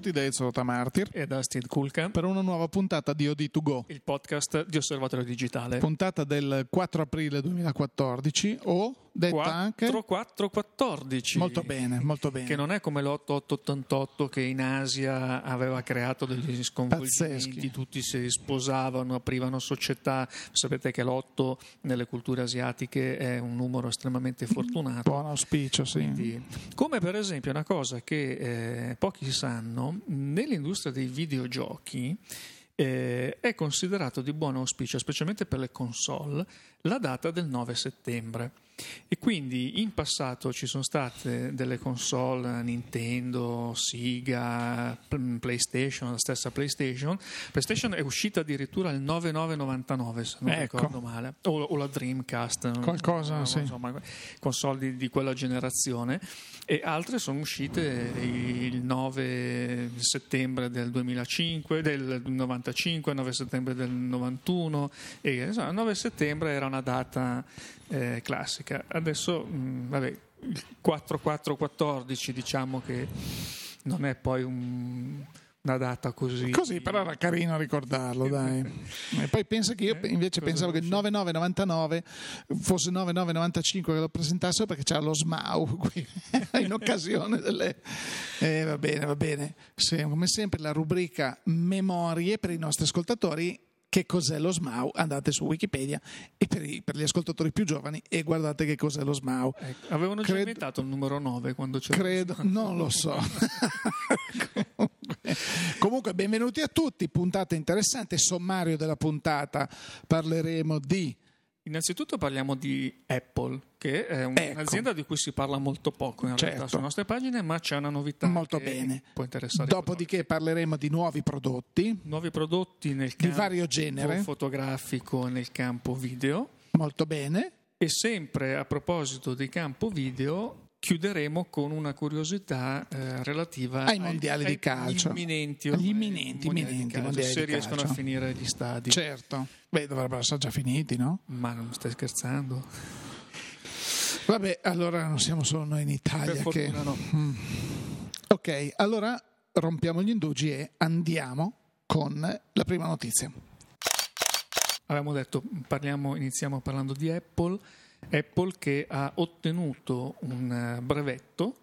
saluti da Ezio Tamartir e da Steve Kulka per una nuova puntata di OD2Go, il podcast di Osservatorio Digitale. Puntata del 4 aprile 2014 o detta anche 4414. Molto bene, molto bene. Che non è come l'8888 che in Asia aveva creato degli sconvolgimenti, pazzeschi. Tutti si sposavano, aprivano società. Sapete che l'8 nelle culture asiatiche è un numero estremamente fortunato. Buon auspicio, sì. Quindi, come per esempio una cosa che pochi sanno, nell'industria dei videogiochi è considerato di buon auspicio, specialmente per le console, la data del 9 settembre. E quindi in passato ci sono state delle console Nintendo, Sega, PlayStation, la stessa PlayStation. PlayStation è uscita addirittura il 9/9/99, se non ricordo male, o la Dreamcast, qualcosa, sì. Insomma, console di quella generazione, e altre sono uscite il 9 settembre del 2005, del 95, 9 settembre del 91, e insomma, 9 settembre era una data classica. Adesso il 4414 diciamo che non è poi una data così, però era carino ricordarlo, dai. E poi pensa che io invece pensavo che il 9999 fosse 9995 che lo presentassero, perché c'era lo SMAU qui in occasione delle va bene. Sì, come sempre la rubrica memorie per i nostri ascoltatori. Che cos'è lo SMAU? Andate su Wikipedia, e per gli ascoltatori più giovani e guardate che cos'è lo SMAU. Avevano già inventato il numero 9 quando c'era? Credo, non lo so. Comunque benvenuti a tutti, puntata interessante, sommario della puntata. Parleremo di... Innanzitutto parliamo di Apple, che è un'azienda di cui si parla molto poco in realtà sulle nostre pagine, ma c'è una novità molto che bene. Può interessare. Dopodiché parleremo di nuovi prodotti nel campo di vario genere, fotografico, nel campo video. Molto bene. E sempre a proposito di campo video, chiuderemo con una curiosità relativa ai mondiali di calcio, agli imminenti mondiali di calcio, se riescono a finire gli stadi. Certo, dovrebbero essere già finiti, no? Ma non stai scherzando? Vabbè, allora non siamo solo noi in Italia. Per fortuna no. Ok, allora rompiamo gli indugi e andiamo con la prima notizia. Avevamo detto, iniziamo parlando di Apple che ha ottenuto un brevetto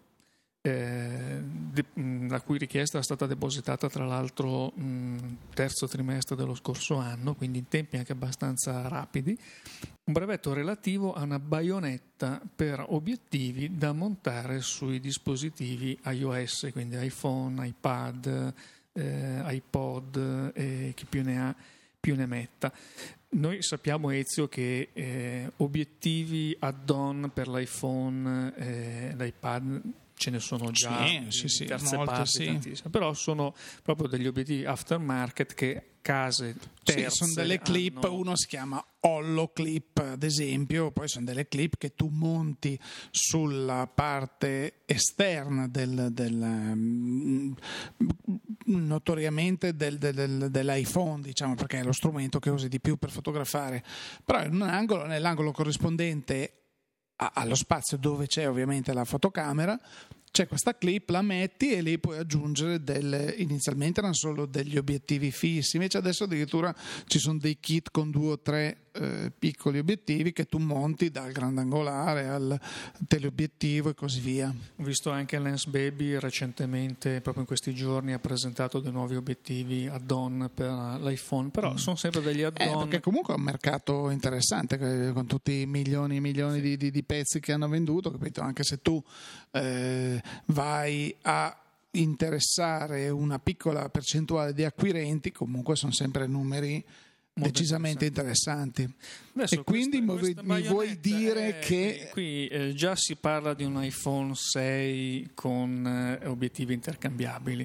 la cui richiesta è stata depositata tra l'altro terzo trimestre dello scorso anno, quindi in tempi anche abbastanza rapidi, un brevetto relativo a una baionetta per obiettivi da montare sui dispositivi iOS, quindi iPhone, iPad, iPod e chi più ne ha più ne metta. Noi sappiamo, Ezio, che obiettivi add-on per l'iPhone e l'iPad ce ne sono già sì, terze molte, parti, tantissime, però sono proprio degli obiettivi aftermarket che case terze sono delle clip, uno si chiama Holoclip ad esempio, poi sono delle clip che tu monti sulla parte esterna notoriamente dell'iPhone, diciamo, perché è lo strumento che usi di più per fotografare, però nell'angolo corrispondente allo spazio dove c'è ovviamente la fotocamera c'è questa clip, la metti e lì puoi aggiungere inizialmente erano solo degli obiettivi fissi, invece adesso addirittura ci sono dei kit con 2 o 3 piccoli obiettivi che tu monti dal grandangolare al teleobiettivo e così via. Ho visto anche Lens Baby recentemente, proprio in questi giorni, ha presentato dei nuovi obiettivi add-on per l'iPhone, però sono sempre degli add-on. Perché comunque è un mercato interessante con tutti i milioni e milioni di pezzi che hanno venduto, capito? Anche se tu vai a interessare una piccola percentuale di acquirenti, comunque sono sempre numeri decisamente interessanti. Adesso e quindi mi vuoi dire che qui già si parla di un iPhone 6 con obiettivi intercambiabili,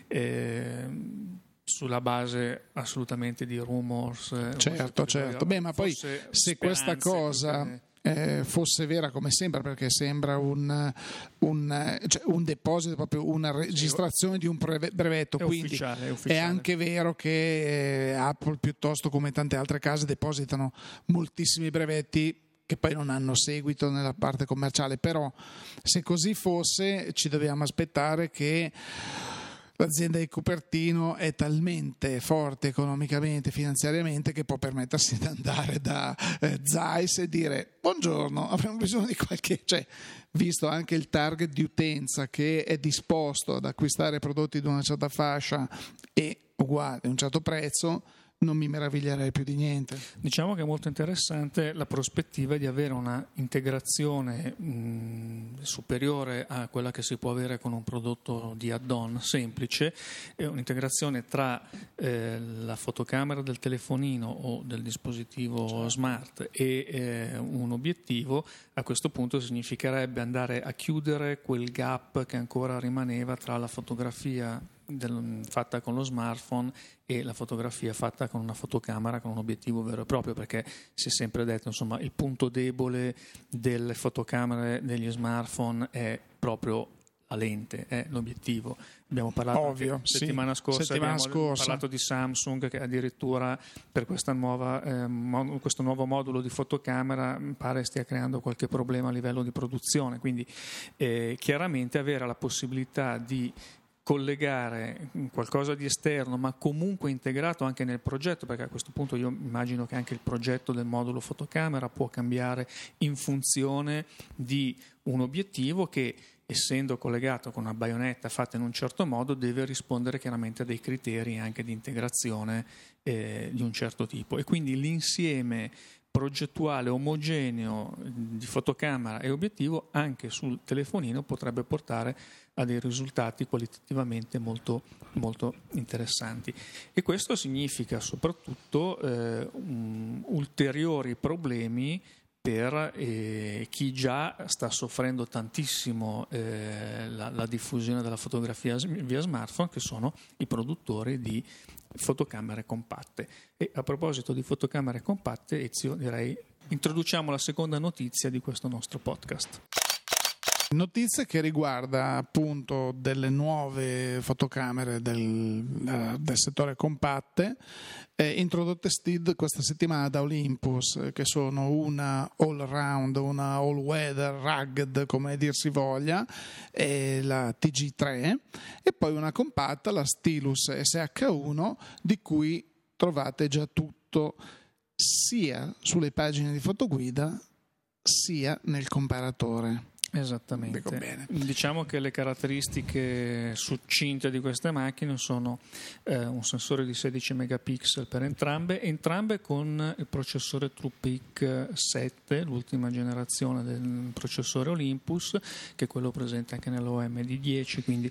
sulla base assolutamente di rumors. Certo. Beh, ma poi se questa cosa fosse vera, come sembra, perché sembra un deposito, proprio una registrazione di un brevetto, quindi ufficiale. È anche vero che Apple, piuttosto come tante altre case, depositano moltissimi brevetti che poi non hanno seguito nella parte commerciale, però se così fosse ci dobbiamo aspettare che l'azienda di Cupertino è talmente forte economicamente, finanziariamente, che può permettersi di andare da Zeiss e dire buongiorno, abbiamo bisogno di qualche... Cioè, visto anche il target di utenza che è disposto ad acquistare prodotti di una certa fascia e uguale, a un certo prezzo, non mi meraviglierei più di niente. Diciamo che è molto interessante la prospettiva di avere una integrazione superiore a quella che si può avere con un prodotto di add-on semplice, un'integrazione tra la fotocamera del telefonino o del dispositivo smart e un obiettivo. A questo punto significherebbe andare a chiudere quel gap che ancora rimaneva tra la fotografia fatta con lo smartphone e la fotografia fatta con una fotocamera con un obiettivo vero e proprio, perché si è sempre detto, insomma, il punto debole delle fotocamere degli smartphone è proprio la lente, è l'obiettivo. Abbiamo parlato settimana scorsa parlato di Samsung, che addirittura per questo nuovo modulo di fotocamera pare stia creando qualche problema a livello di produzione, quindi chiaramente avere la possibilità di collegare qualcosa di esterno ma comunque integrato anche nel progetto, perché a questo punto io immagino che anche il progetto del modulo fotocamera può cambiare in funzione di un obiettivo che, essendo collegato con una baionetta fatta in un certo modo, deve rispondere chiaramente a dei criteri anche di integrazione di un certo tipo, e quindi l'insieme progettuale omogeneo di fotocamera e obiettivo anche sul telefonino potrebbe portare a dei risultati qualitativamente molto, molto interessanti, e questo significa soprattutto ulteriori problemi per chi già sta soffrendo tantissimo la diffusione della fotografia via smartphone, che sono i produttori di fotocamere compatte. E a proposito di fotocamere compatte, Ezio, direi introduciamo la seconda notizia di questo nostro podcast. Notizia che riguarda appunto delle nuove fotocamere del settore compatte, introdotte STID questa settimana da Olympus, che sono una all-round, una all-weather rugged, come dir si voglia, la TG3, e poi una compatta, la Stylus SH1, di cui trovate già tutto sia sulle pagine di fotoguida sia nel comparatore. Esattamente. Diciamo che le caratteristiche succinte di queste macchine sono un sensore di 16 megapixel per entrambe con il processore TruePic 7, l'ultima generazione del processore Olympus, che è quello presente anche nell'OMD 10, quindi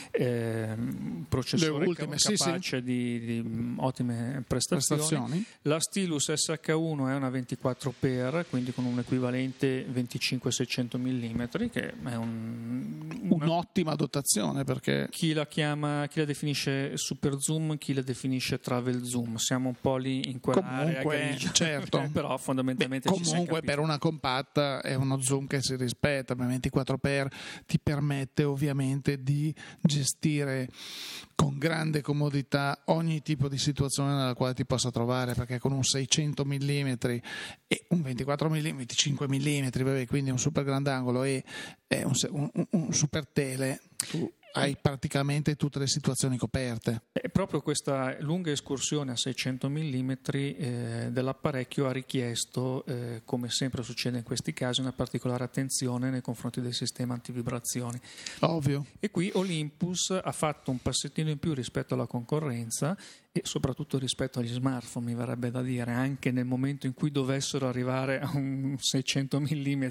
un processore capace di ottime prestazioni. La Stylus SH1 è una 24x, quindi con un equivalente 25-600 mm, che è un'ottima dotazione, perché chi la definisce super zoom, chi la definisce travel zoom, siamo un po' lì in quell'area grigia, certo. Però fondamentalmente comunque per una compatta è uno zoom che si rispetta. 24x ti permette ovviamente di gestire con grande comodità ogni tipo di situazione nella quale ti possa trovare, perché con un 600 mm e un 24 mm, 25 mm, quindi un super grandangolo e un super tele, tu hai praticamente tutte le situazioni coperte. E proprio questa lunga escursione a 600 mm dell'apparecchio ha richiesto, come sempre succede in questi casi, una particolare attenzione nei confronti del sistema antivibrazioni. Ovvio. E qui Olympus ha fatto un passettino in più rispetto alla concorrenza e soprattutto rispetto agli smartphone, mi verrebbe da dire, anche nel momento in cui dovessero arrivare a un 600 mm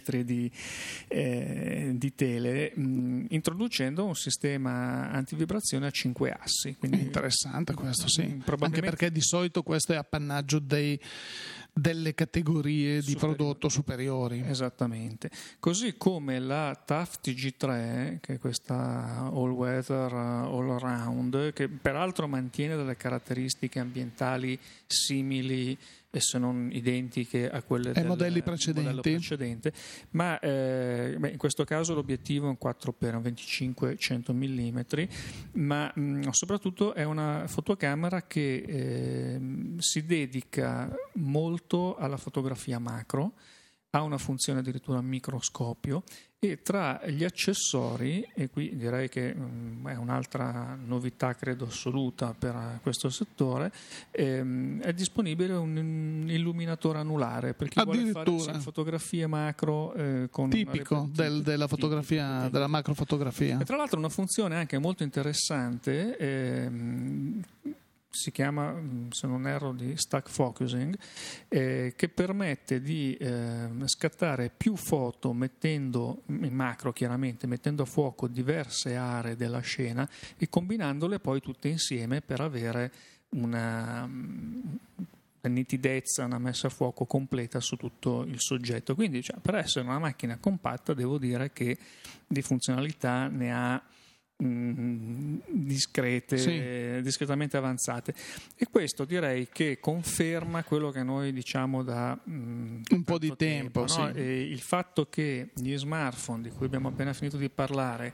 di tele, introducendo un sistema antivibrazione a 5 assi. Quindi, interessante questo, sì. Anche perché di solito questo è appannaggio delle categorie di prodotto superiori. Esattamente. Così come la TAF TG3, che è questa all-weather, all-round, che peraltro mantiene delle caratteristiche ambientali simili e se non identiche a quelle del modello precedente, ma in questo caso l'obiettivo è un 4x, un 25-100 mm, ma soprattutto è una fotocamera che si dedica molto alla fotografia macro, ha una funzione addirittura microscopio, e tra gli accessori, e qui direi che è un'altra novità credo assoluta per questo settore, è disponibile un illuminatore anulare per chi vuole fare fotografie macro con tipico della fotografia, tipico. Della macrofotografia. E tra l'altro una funzione anche molto interessante, si chiama, se non erro, di stack focusing, che permette di scattare più foto mettendo in macro, chiaramente mettendo a fuoco diverse aree della scena e combinandole poi tutte insieme per avere una nitidezza, una messa a fuoco completa su tutto il soggetto. Quindi per essere una macchina compatta devo dire che di funzionalità ne ha discretamente avanzate, e questo direi che conferma quello che noi diciamo da un po' di tempo, no? Sì. E il fatto che gli smartphone di cui abbiamo appena finito di parlare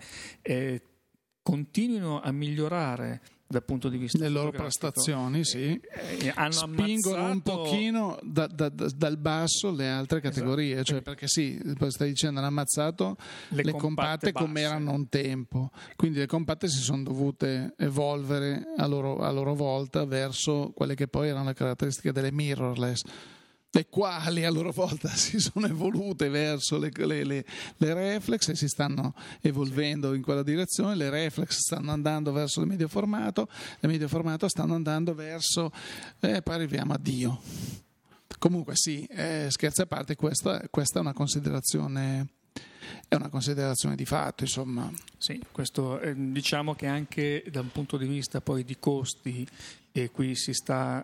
continuino a migliorare dal punto di vista le loro prestazioni, spingono un pochino dal basso le altre categorie, esatto. Cioè perché stai dicendo hanno ammazzato le compatte come erano un tempo, quindi le compatte si sono dovute evolvere a loro volta verso quelle che poi erano le caratteristiche delle mirrorless, le quali a loro volta si sono evolute verso le reflex e si stanno evolvendo in quella direzione. Le reflex stanno andando verso il medio formato stanno andando verso poi arriviamo a Dio. Comunque scherzi a parte, questa è una considerazione di fatto, insomma. Sì, questo diciamo che anche da un punto di vista poi di costi, e qui si sta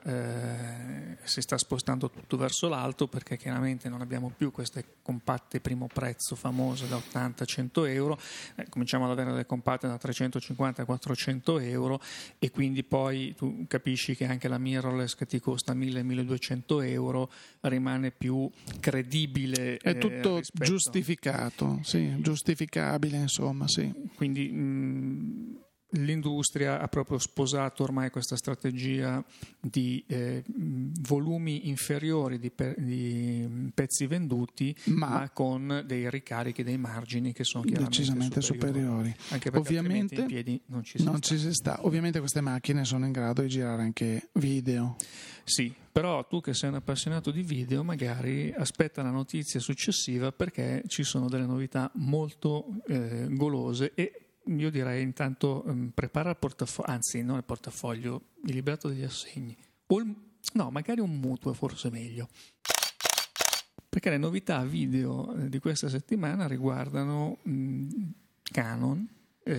spostando tutto verso l'alto, perché chiaramente non abbiamo più queste compatte primo prezzo famose da 80-100 euro, cominciamo ad avere delle compatte da 350-400 euro, e quindi poi tu capisci che anche la mirrorless che ti costa 1000-1200 euro rimane più credibile. È tutto giustificato, giustificabile, insomma, sì. Quindi l'industria ha proprio sposato ormai questa strategia di volumi inferiori di pezzi venduti, ma con dei ricarichi, dei margini che sono chiaramente decisamente superiori. Anche perché ovviamente in piedi non ci si sta. Ovviamente queste macchine sono in grado di girare anche video. Sì, però tu che sei un appassionato di video magari aspetta la notizia successiva, perché ci sono delle novità molto golose, e io direi intanto prepara il portafoglio, anzi non il portafoglio, il libretto degli assegni, magari un mutuo è forse meglio, perché le novità video di questa settimana riguardano Canon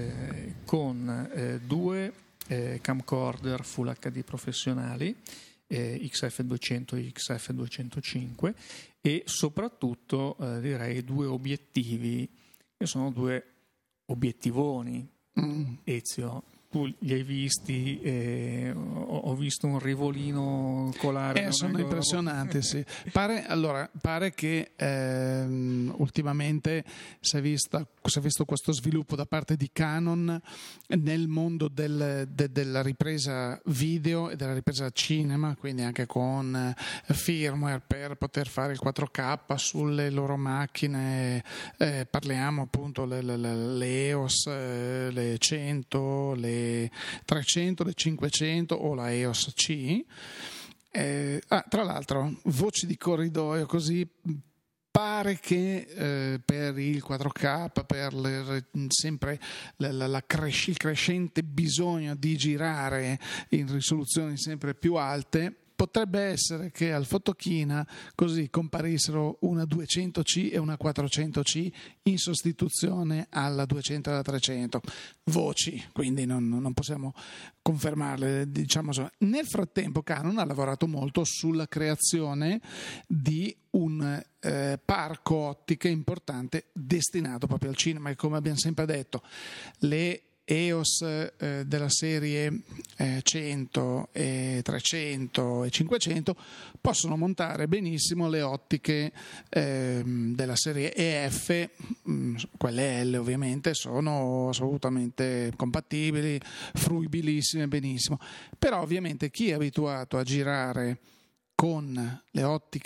con due camcorder Full HD professionali, XF200 e XF205, e soprattutto direi due obiettivi che sono due obiettivoni. Ezio, tu li hai visti? Ho visto un rivolino colare. Sono impressionanti, sì. Pare che ultimamente si è visto questo sviluppo da parte di Canon nel mondo della ripresa video e della ripresa cinema, quindi anche con firmware per poter fare il 4K sulle loro macchine. Parliamo appunto le EOS, le 100, le 300, le 500 o la EOS C. Tra l'altro, voci di corridoio così, pare che per il 4K, per sempre il crescente bisogno di girare in risoluzioni sempre più alte, potrebbe essere che al Fotochina così comparissero una 200C e una 400C in sostituzione alla 200 e alla 300. Voci, quindi non possiamo confermarle, diciamo. Nel frattempo Canon ha lavorato molto sulla creazione di un parco ottiche importante destinato proprio al cinema, e come abbiamo sempre detto, le EOS della serie 100 e 300 e 500 possono montare benissimo le ottiche della serie EF, quelle L ovviamente sono assolutamente compatibili, fruibilissime, benissimo. Però ovviamente chi è abituato a girare con le ottiche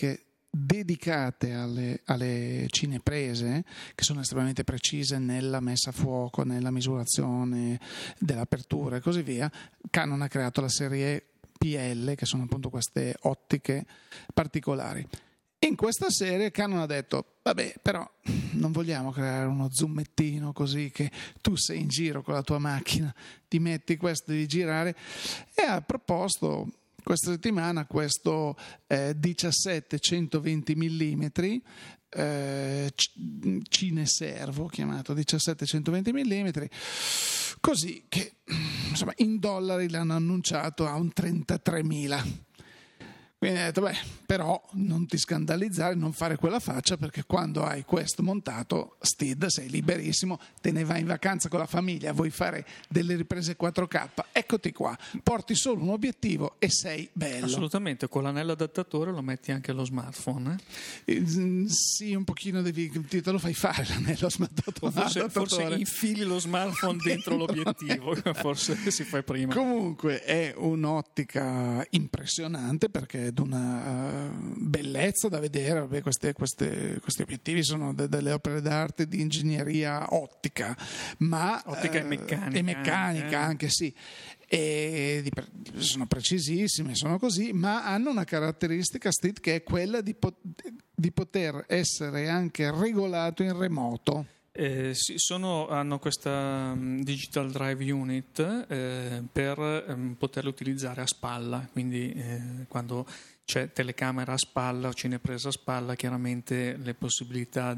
dedicate alle cineprese, che sono estremamente precise nella messa a fuoco, nella misurazione dell'apertura e così via. Canon ha creato la serie PL, che sono appunto queste ottiche particolari. In questa serie Canon ha detto: vabbè, però non vogliamo creare uno zoomettino così che tu sei in giro con la tua macchina, ti metti questo, devi girare, e ha proposto questa settimana questo 17-120 mm cineservo, chiamato 17-120 mm, così che insomma in dollari l'hanno annunciato a un 33.000. Quindi ho detto, però non ti scandalizzare, non fare quella faccia, perché quando hai questo montato, Steed, sei liberissimo, te ne vai in vacanza con la famiglia, vuoi fare delle riprese 4K, eccoti qua, porti solo un obiettivo e sei bello. Assolutamente, con l'anello adattatore lo metti anche allo smartphone. Sì, un pochino te lo fai fare l'anello adattatore. Forse infili lo smartphone dentro l'obiettivo, forse si fa prima. Comunque è un'ottica impressionante, perché è una bellezza da vedere. Questi obiettivi sono delle opere d'arte di ingegneria ottica, ma ottica e meccanica anche, sì, e sono precisissime, sono così, ma hanno una caratteristica, Steve, che è quella di poter essere anche regolato in remoto. Sì, hanno questa Digital Drive Unit per poterla utilizzare a spalla, quindi quando c'è telecamera a spalla o cinepresa a spalla, chiaramente le possibilità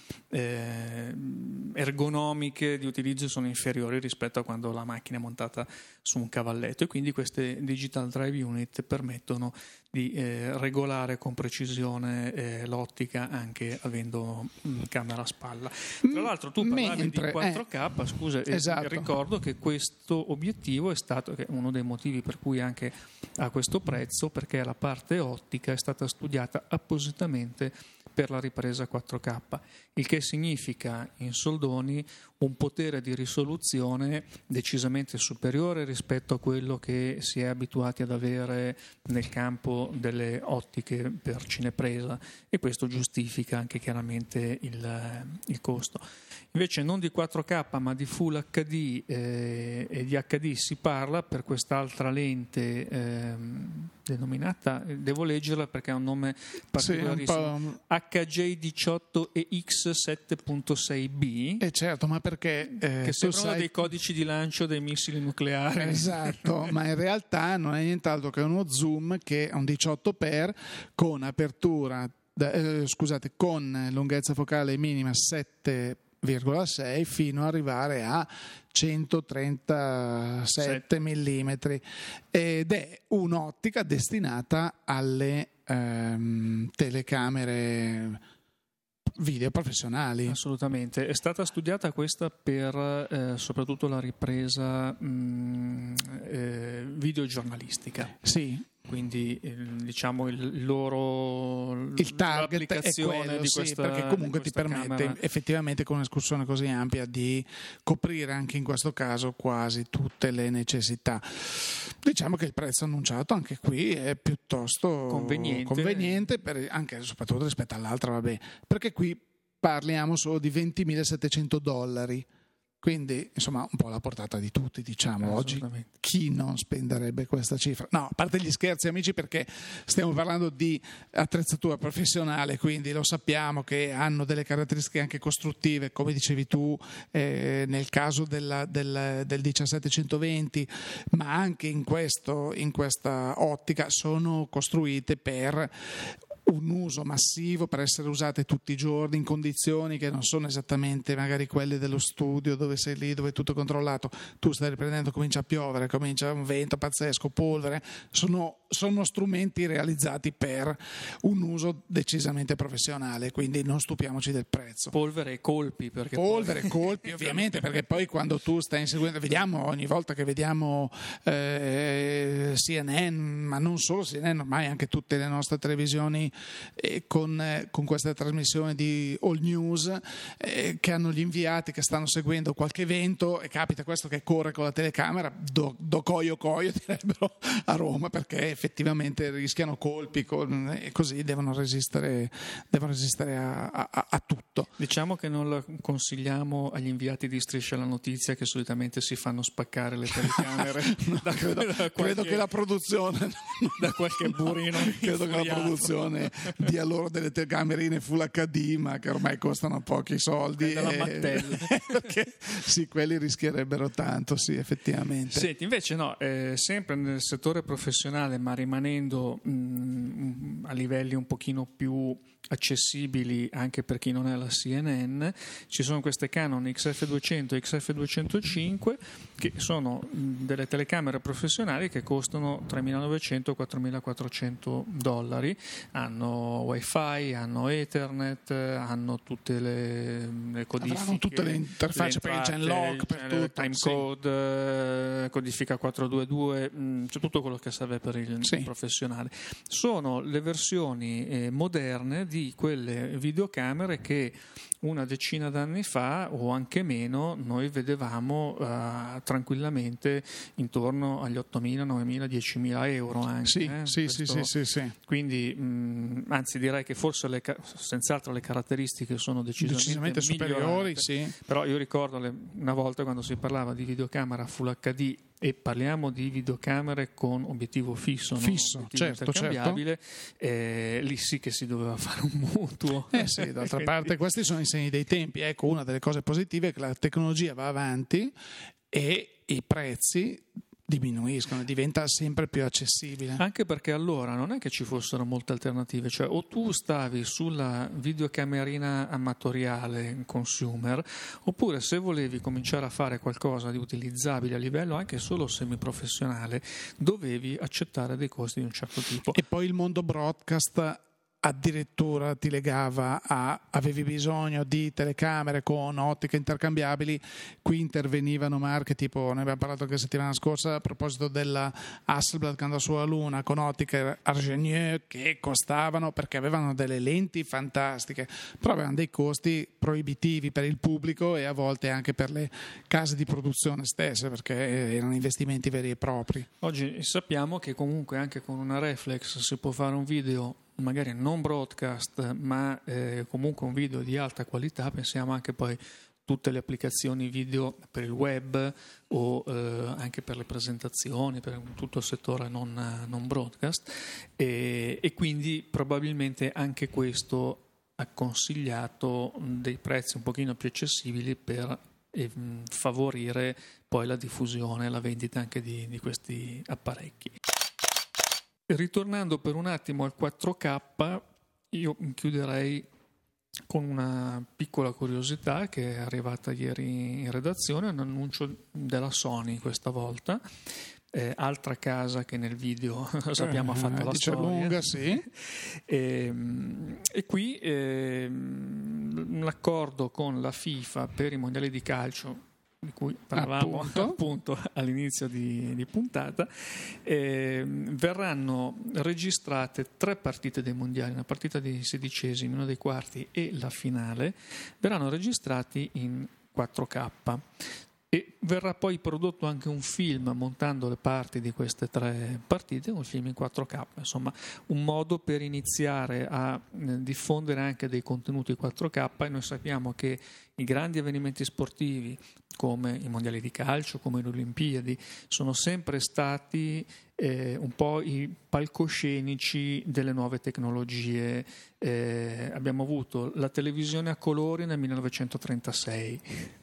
ergonomiche di utilizzo sono inferiori rispetto a quando la macchina è montata su un cavalletto, e quindi queste Digital Drive Unit permettono di regolare con precisione l'ottica anche avendo camera a spalla. Tra l'altro tu parlavi di 4K, scusa, esatto. Ricordo che questo obiettivo è stato uno dei motivi per cui anche a questo prezzo, perché la parte ottica è stata studiata appositamente per la ripresa 4K, il che significa in soldoni un potere di risoluzione decisamente superiore rispetto a quello che si è abituati ad avere nel campo delle ottiche per cinepresa, e questo giustifica anche chiaramente il costo. Invece non di 4K ma di Full HD e di HD si parla per quest'altra lente denominata, devo leggerla perché ha un nome particolarissimo, HJ18EX7.6B. Certo, ma perché che sembrano dei codici di lancio dei missili nucleari. Esatto, ma in realtà non è nient'altro che uno zoom che è un 18x con apertura, con lunghezza focale minima 7,6 fino ad arrivare a 137 mm, ed è un'ottica destinata alle telecamere video professionali. Assolutamente, è stata studiata questa per soprattutto la ripresa videogiornalistica. Sì. Quindi diciamo il target è quello, di questa, perché comunque ti permette camera, effettivamente con un'escursione così ampia di coprire anche in questo caso quasi tutte le necessità. Diciamo che il prezzo annunciato anche qui è piuttosto conveniente anche soprattutto rispetto all'altra, vabbè, perché qui parliamo solo di $20.700. Quindi, insomma, un po' alla portata di tutti, diciamo. Oggi chi non spenderebbe questa cifra? No, a parte gli scherzi, amici, perché stiamo parlando di attrezzatura professionale, quindi lo sappiamo che hanno delle caratteristiche anche costruttive, come dicevi tu, nel caso del 17-120, ma anche in questa ottica sono costruite per un uso massivo, per essere usate tutti i giorni in condizioni che non sono esattamente magari quelle dello studio dove sei lì, dove è tutto controllato, tu stai riprendendo, comincia a piovere, comincia un vento pazzesco, polvere, sono strumenti realizzati per un uso decisamente professionale, quindi non stupiamoci del prezzo. Polvere e colpi ovviamente, perché poi quando tu stai inseguendo, vediamo ogni volta che vediamo CNN, ma non solo CNN, ormai anche tutte le nostre televisioni con queste trasmissioni di All News che hanno gli inviati che stanno seguendo qualche evento e capita questo che corre con la telecamera, do coio direbbero a Roma, perché effettivamente rischiano colpi e così devono resistere a tutto. Diciamo che non la consigliamo agli inviati di Striscia la Notizia, che solitamente si fanno spaccare le telecamere. No, credo che la produzione da qualche burino. Credo che la produzione dia loro delle telecamerine Full HD, ma che ormai costano pochi soldi. Della Mattel. Perché sì, quelli rischierebbero tanto, sì, effettivamente. Senti, invece no, sempre nel settore professionale, ma rimanendo a livelli un pochino più accessibili anche per chi non è la CNN, ci sono queste Canon XF200 e XF205 che sono delle telecamere professionali che costano $3.900-4.400, hanno wifi, hanno ethernet, hanno tutte le codifiche, avranno tutte le interfacce, perché c'è il log per tutto, timecode, codifica 422, c'è tutto quello che serve per il professionale. Sono le versioni moderne di quelle videocamere che una decina d'anni fa o anche meno noi vedevamo tranquillamente intorno agli 8.000, 9.000, 10.000 euro anche. Sì. Quindi anzi direi che forse senz'altro le caratteristiche sono decisamente superiori, sì. Però io ricordo una volta quando si parlava di videocamera Full HD e parliamo di videocamere con obiettivo fisso, certo, intercambiabile, lì sì che si doveva fare un mutuo. Sì, d'altra parte questi sono i segni dei tempi. Ecco, una delle cose positive è che la tecnologia va avanti e i prezzi diminuiscono, diventa sempre più accessibile. Anche perché allora non è che ci fossero molte alternative, cioè o tu stavi sulla videocamerina amatoriale consumer, oppure se volevi cominciare a fare qualcosa di utilizzabile a livello anche solo semiprofessionale, dovevi accettare dei costi di un certo tipo. E poi il mondo broadcast addirittura ti legava avevi bisogno di telecamere con ottiche intercambiabili, qui intervenivano marche tipo, ne abbiamo parlato anche la settimana scorsa a proposito della Hasselblad che andò sulla Luna con ottiche Argenieux che costavano, perché avevano delle lenti fantastiche, però avevano dei costi proibitivi per il pubblico e a volte anche per le case di produzione stesse, perché erano investimenti veri e propri. Oggi sappiamo che comunque anche con una reflex si può fare un video magari non broadcast, ma comunque un video di alta qualità. Pensiamo anche poi tutte le applicazioni video per il web o anche per le presentazioni, per tutto il settore non broadcast, e quindi probabilmente anche questo ha consigliato dei prezzi un pochino più accessibili per favorire poi la diffusione e la vendita anche di questi apparecchi. Ritornando per un attimo al 4K, io chiuderei con una piccola curiosità che è arrivata ieri in redazione, un annuncio della Sony questa volta, altra casa che nel video sappiamo ha fatto la storia. Lunga, sì. E qui l'accordo con la FIFA per i mondiali di calcio, di cui parlavamo appunto all'inizio di puntata, verranno registrate 3 partite dei mondiali, una partita dei 16esimi, una dei quarti e la finale, verranno registrati in 4K. E verrà poi prodotto anche un film montando le parti di queste 3 partite, un film in 4K, insomma un modo per iniziare a diffondere anche dei contenuti 4K. E noi sappiamo che i grandi avvenimenti sportivi come i mondiali di calcio, come le Olimpiadi, sono sempre stati un po' i palcoscenici delle nuove tecnologie. Abbiamo avuto la televisione a colori nel 1936.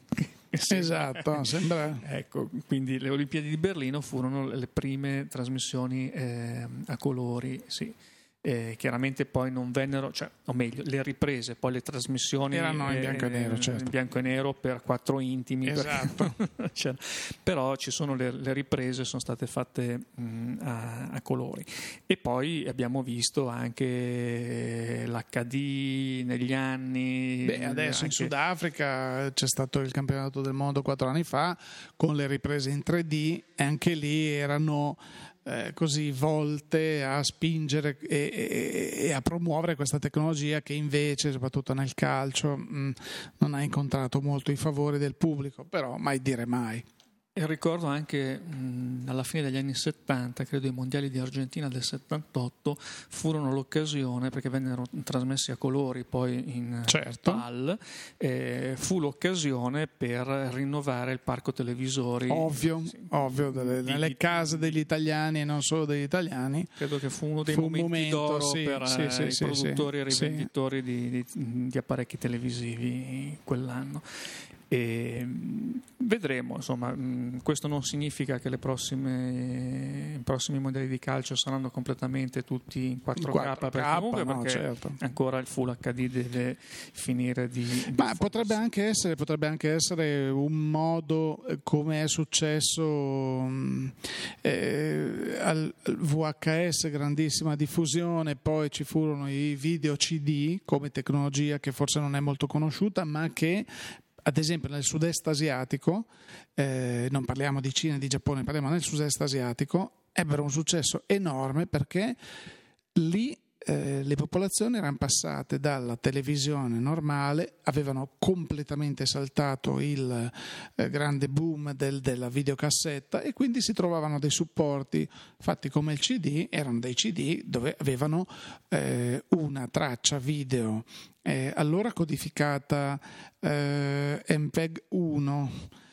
Esatto, sembra. Ecco, quindi le Olimpiadi di Berlino furono le prime trasmissioni a colori, sì. Chiaramente poi non vennero, cioè, o meglio, le riprese, poi le trasmissioni erano in bianco e nero, certo. In bianco e nero per 4 intimi, esatto. Cioè, però ci sono le riprese, sono state fatte a colori. E poi abbiamo visto anche l'HD negli anni. Adesso in Sudafrica c'è stato il campionato del mondo 4 anni fa con le riprese in 3D, e anche lì erano così volte a spingere e a promuovere questa tecnologia che invece, soprattutto nel calcio, non ha incontrato molto i favori del pubblico, però mai dire mai. E ricordo anche alla fine degli anni 70, credo i mondiali di Argentina del 78 furono l'occasione, perché vennero trasmessi a colori poi in PAL, fu l'occasione per rinnovare il parco televisori. Ovvio, nelle case degli italiani e non solo degli italiani. Credo che fu uno dei momenti d'oro per i produttori e rivenditori di apparecchi televisivi quell'anno. E vedremo, insomma, questo non significa che i prossimi modelli di calcio saranno completamente tutti in 4K, perché ancora il Full HD deve finire di ma potrebbe anche essere un modo, come è successo al VHS, grandissima diffusione, poi ci furono i video CD come tecnologia che forse non è molto conosciuta, ma che ad esempio nel sud-est asiatico, non parliamo di Cina e di Giappone, parliamo nel sud-est asiatico, ebbero un successo enorme perché lì le popolazioni erano passate dalla televisione normale, avevano completamente saltato il grande boom della videocassetta e quindi si trovavano dei supporti fatti come il CD, erano dei CD dove avevano una traccia video allora codificata MPEG 1,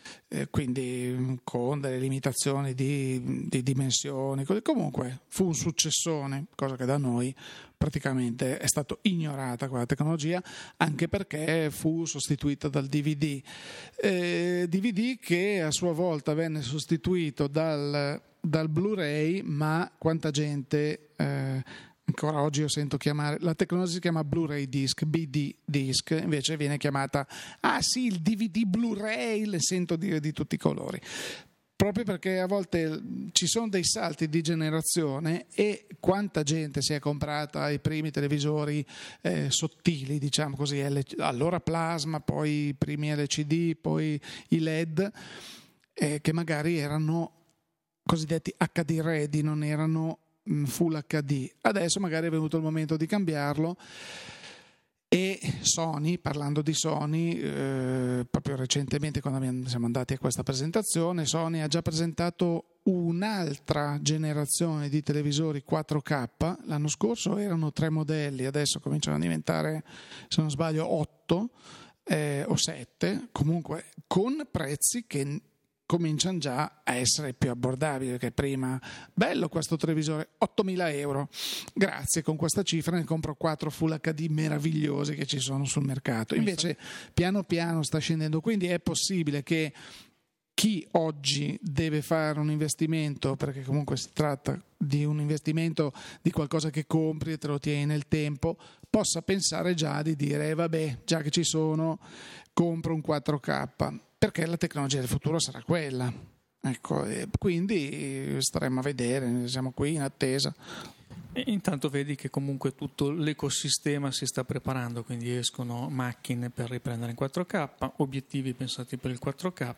quindi con delle limitazioni di dimensioni, comunque fu un successone, cosa che da noi praticamente è stato ignorata quella tecnologia, anche perché fu sostituita dal DVD. DVD che a sua volta venne sostituito dal Blu-ray, ma quanta gente ancora oggi io sento chiamare, la tecnologia si chiama Blu-ray disc, BD disc, invece viene chiamata il DVD Blu-ray, le sento dire di tutti i colori, proprio perché a volte ci sono dei salti di generazione e quanta gente si è comprata i primi televisori sottili, diciamo così, allora plasma, poi i primi LCD, poi i LED, che magari erano cosiddetti HD ready, non erano Full HD. Adesso magari è venuto il momento di cambiarlo e Sony, parlando di Sony, proprio recentemente quando siamo andati a questa presentazione, Sony ha già presentato un'altra generazione di televisori 4K. L'anno scorso erano 3 modelli, adesso cominciano a diventare, se non sbaglio, 8 o 7, comunque con prezzi che cominciano già a essere più abbordabili, perché prima, bello questo televisore, 8.000 euro, grazie, con questa cifra ne compro 4 Full HD meravigliosi che ci sono sul mercato. Invece piano piano sta scendendo, quindi è possibile che chi oggi deve fare un investimento, perché comunque si tratta di un investimento di qualcosa che compri e te lo tieni nel tempo, possa pensare già di dire vabbè, già che ci sono, compro un 4K, perché la tecnologia del futuro sarà quella. Ecco, quindi staremo a vedere, siamo qui in attesa. E intanto vedi che comunque tutto l'ecosistema si sta preparando, quindi escono macchine per riprendere in 4K, obiettivi pensati per il 4K,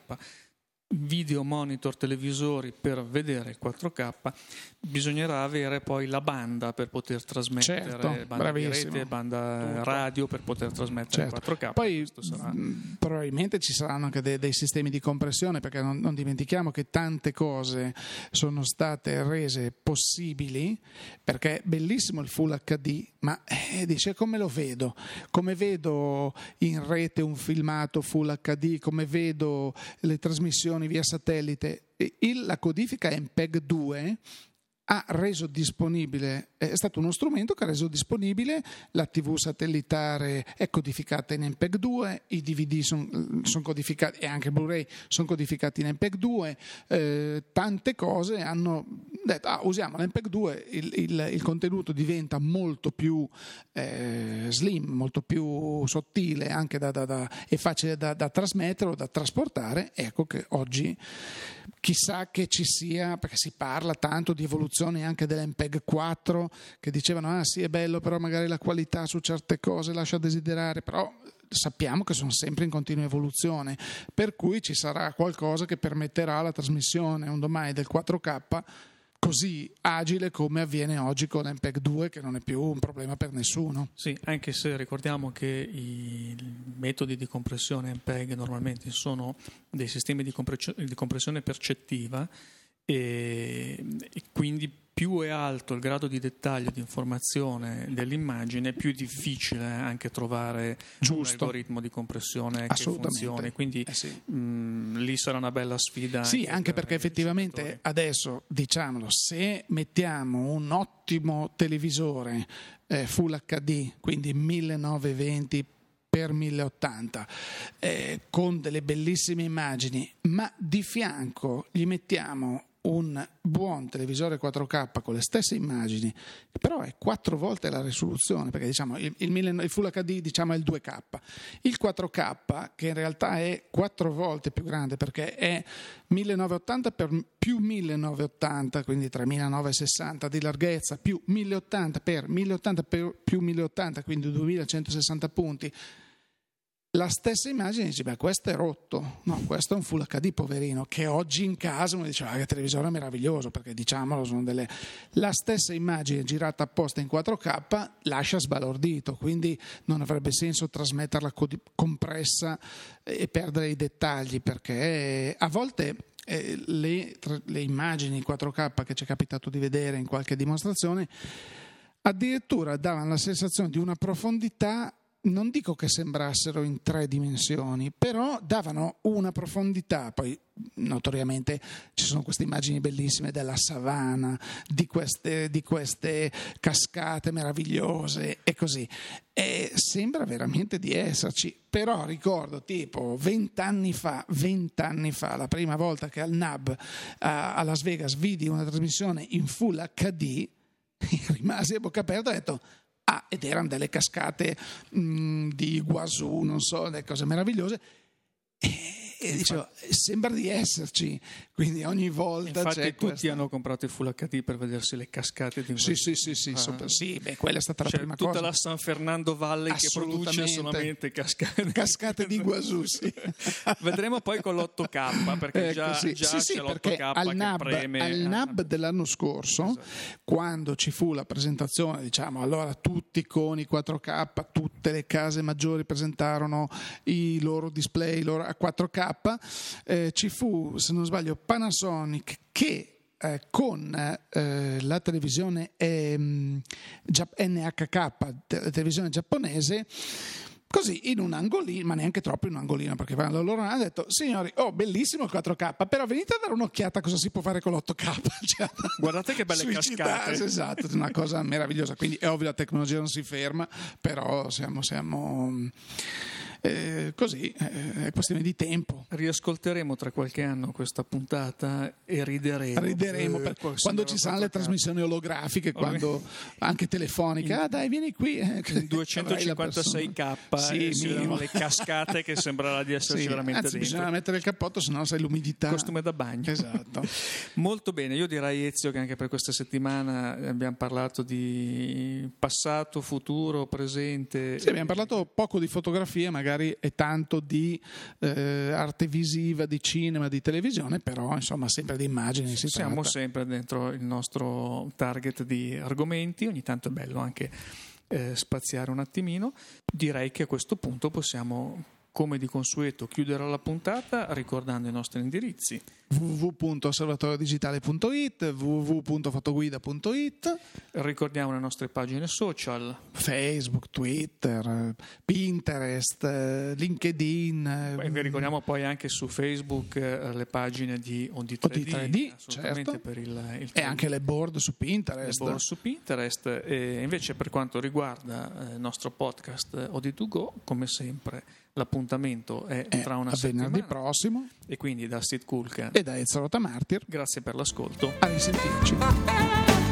video monitor, televisori per vedere il 4K. Bisognerà avere poi la banda per poter trasmettere, banda di rete, banda radio per poter trasmettere il 4K. Poi probabilmente ci saranno anche dei sistemi di compressione, perché non dimentichiamo che tante cose sono state rese possibili, perché è bellissimo il Full HD, ma dice come lo vedo? Come vedo in rete un filmato Full HD, come vedo le trasmissioni via satellite? La codifica MPEG 2 ha reso disponibile, è stato uno strumento che ha reso disponibile la TV satellitare, è codificata in MPEG 2, i DVD sono codificati e anche Blu-ray sono codificati in MPEG 2, tante cose hanno detto usiamo l'MPEG 2, il contenuto diventa molto più slim, molto più sottile anche e facile da trasmettere o da trasportare. Ecco che oggi chissà che ci sia, perché si parla tanto di evoluzione anche dell'MPEG 4, che dicevano sì è bello, però magari la qualità su certe cose lascia a desiderare, però sappiamo che sono sempre in continua evoluzione, per cui ci sarà qualcosa che permetterà la trasmissione un domani del 4K così agile come avviene oggi con l'MPEG 2, che non è più un problema per nessuno. Sì, anche se ricordiamo che i metodi di compressione MPEG normalmente sono dei sistemi di compressione percettiva e quindi più è alto il grado di dettaglio di informazione dell'immagine, più è difficile anche trovare un algoritmo di compressione che funzioni. Quindi lì sarà una bella sfida. Sì, anche perché effettivamente adesso, diciamolo, se mettiamo un ottimo televisore Full HD, quindi 1920 per 1080 con delle bellissime immagini, ma di fianco gli mettiamo un buon televisore 4K con le stesse immagini, però è 4 volte la risoluzione, perché diciamo il Full HD diciamo è il 2K, il 4K che in realtà è 4 volte più grande perché è 1980 per più 1980, quindi 3960 di larghezza, più 1080 per 1080 per più 1080, quindi 2160 punti. La stessa immagine dice, beh, questo è rotto, no, questo è un Full HD poverino, che oggi in casa uno dice, che televisore meraviglioso, perché diciamolo, sono la stessa immagine girata apposta in 4K lascia sbalordito, quindi non avrebbe senso trasmetterla compressa e perdere i dettagli, perché a volte le immagini in 4K che ci è capitato di vedere in qualche dimostrazione addirittura davano la sensazione di una profondità. Non dico che sembrassero in 3 dimensioni, però davano una profondità. Poi notoriamente ci sono queste immagini bellissime della savana, di queste cascate meravigliose e così. E sembra veramente di esserci. Però ricordo tipo 20 anni fa, la prima volta che al NAB a Las Vegas vidi una trasmissione in Full HD, rimasi a bocca aperta e ho detto, ed erano delle cascate di Iguazú, non so, delle cose meravigliose, e dicevo, sembra di esserci, quindi ogni volta infatti c'è tutti hanno comprato il Full HD per vedersi le cascate di Iguazú. Sì, beh, quella è stata la prima tutta cosa. Tutta la San Fernando Valley che produce solamente cascate di Iguazú, sì. Vedremo poi con l'8K, perché già c'è l'8K al che preme. Al NAB dell'anno scorso, quando ci fu la presentazione, diciamo, allora tutti con i 4K, tutte le case maggiori presentarono i loro display a 4K, ci fu, se non sbaglio, Panasonic che con la televisione NHK, televisione giapponese, così in un angolino, ma neanche troppo in un angolino, perché loro hanno detto, signori, bellissimo il 4K, però venite a dare un'occhiata a cosa si può fare con l'8K. Cioè, guardate che belle cascate. Esatto, è una cosa meravigliosa. Quindi è ovvio, la tecnologia non si ferma, però siamo così, è questione di tempo. Riascolteremo tra qualche anno questa puntata e rideremo quando ci saranno le trasmissioni olografiche, quando anche telefoniche, dai, vieni qui, in 256K le cascate che sembrerà di esserci veramente dentro. Bisogna mettere il cappotto, sennò sai l'umidità. Costume da bagno. Esatto. Molto bene, io direi, Ezio, che anche per questa settimana abbiamo parlato di passato, futuro, presente. Sì, abbiamo parlato poco di fotografia, magari e tanto di arte visiva, di cinema, di televisione, però insomma sempre di immagini si siamo tratta. Sempre dentro il nostro target di argomenti, ogni tanto è bello anche spaziare un attimino. Direi che a questo punto possiamo, come di consueto, chiudere la puntata ricordando i nostri indirizzi: www.osservatoriodigitale.it, www.fotoguida.it. Ricordiamo le nostre pagine social: Facebook, Twitter, Pinterest, LinkedIn. Vi ricordiamo poi anche su Facebook le pagine di OD3D, certo. Per il e anche le board su Pinterest. E invece per quanto riguarda il nostro podcast OD2Go, come sempre l'appuntamento è tra una settimana, venerdì prossimo, e quindi da Steve Kulka e da Ezio Rotamartir. Grazie per l'ascolto. A risentirci.